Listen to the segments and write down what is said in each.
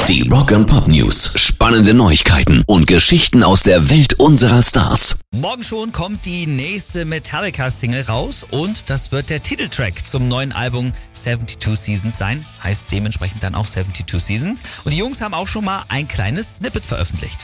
Die Rock and Pop News. Spannende Neuigkeiten und Geschichten aus der Welt unserer Stars. Morgen schon kommt die nächste Metallica-Single raus und das wird der Titeltrack zum neuen Album 72 Seasons sein. Heißt dementsprechend dann auch 72 Seasons. Und die Jungs haben auch schon mal ein kleines Snippet veröffentlicht.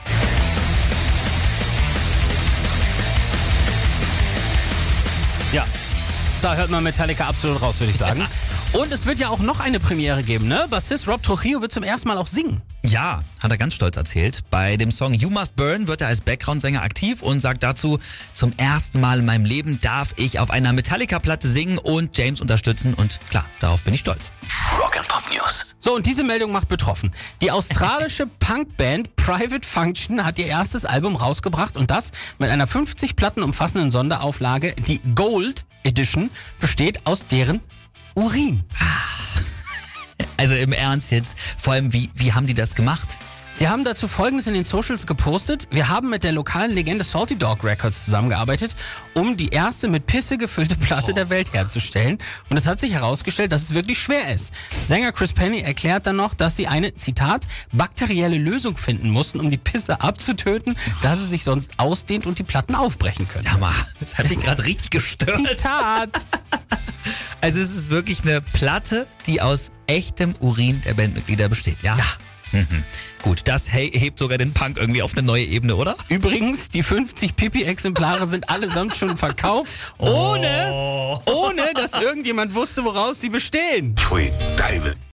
Ja, da hört man Metallica absolut raus, würde ich sagen. Ja. Und es wird ja auch noch eine Premiere geben, ne? Bassist Rob Trujillo wird zum ersten Mal auch singen. Ja, hat er ganz stolz erzählt. Bei dem Song You Must Burn wird er als Background-Sänger aktiv und sagt dazu, zum ersten Mal in meinem Leben darf ich auf einer Metallica-Platte singen und James unterstützen und klar, darauf bin ich stolz. Rock and Pop News. So, und diese Meldung macht betroffen. Die australische Punkband Private Function hat ihr erstes Album rausgebracht und das mit einer 50 Platten umfassenden Sonderauflage. Die Gold Edition besteht aus deren Urin. Also im Ernst jetzt, vor allem wie haben die das gemacht? Sie haben dazu Folgendes in den Socials gepostet. Wir haben mit der lokalen Legende Salty Dog Records zusammengearbeitet, um die erste mit Pisse gefüllte Platte der Welt herzustellen. Und es hat sich herausgestellt, dass es wirklich schwer ist. Sänger Chris Penny erklärt dann noch, dass sie eine, Zitat, bakterielle Lösung finden mussten, um die Pisse abzutöten, da sie sich sonst ausdehnt und die Platten aufbrechen können. Sag mal, das hat mich gerade richtig gestört. Zitat! Also es ist wirklich eine Platte, die aus echtem Urin der Bandmitglieder besteht, ja? Ja. Gut, das hebt sogar den Punk irgendwie auf eine neue Ebene, oder? Übrigens, die 50 Pipi-Exemplare sind allesamt schon verkauft, ohne dass irgendjemand wusste, woraus sie bestehen. Sweet David.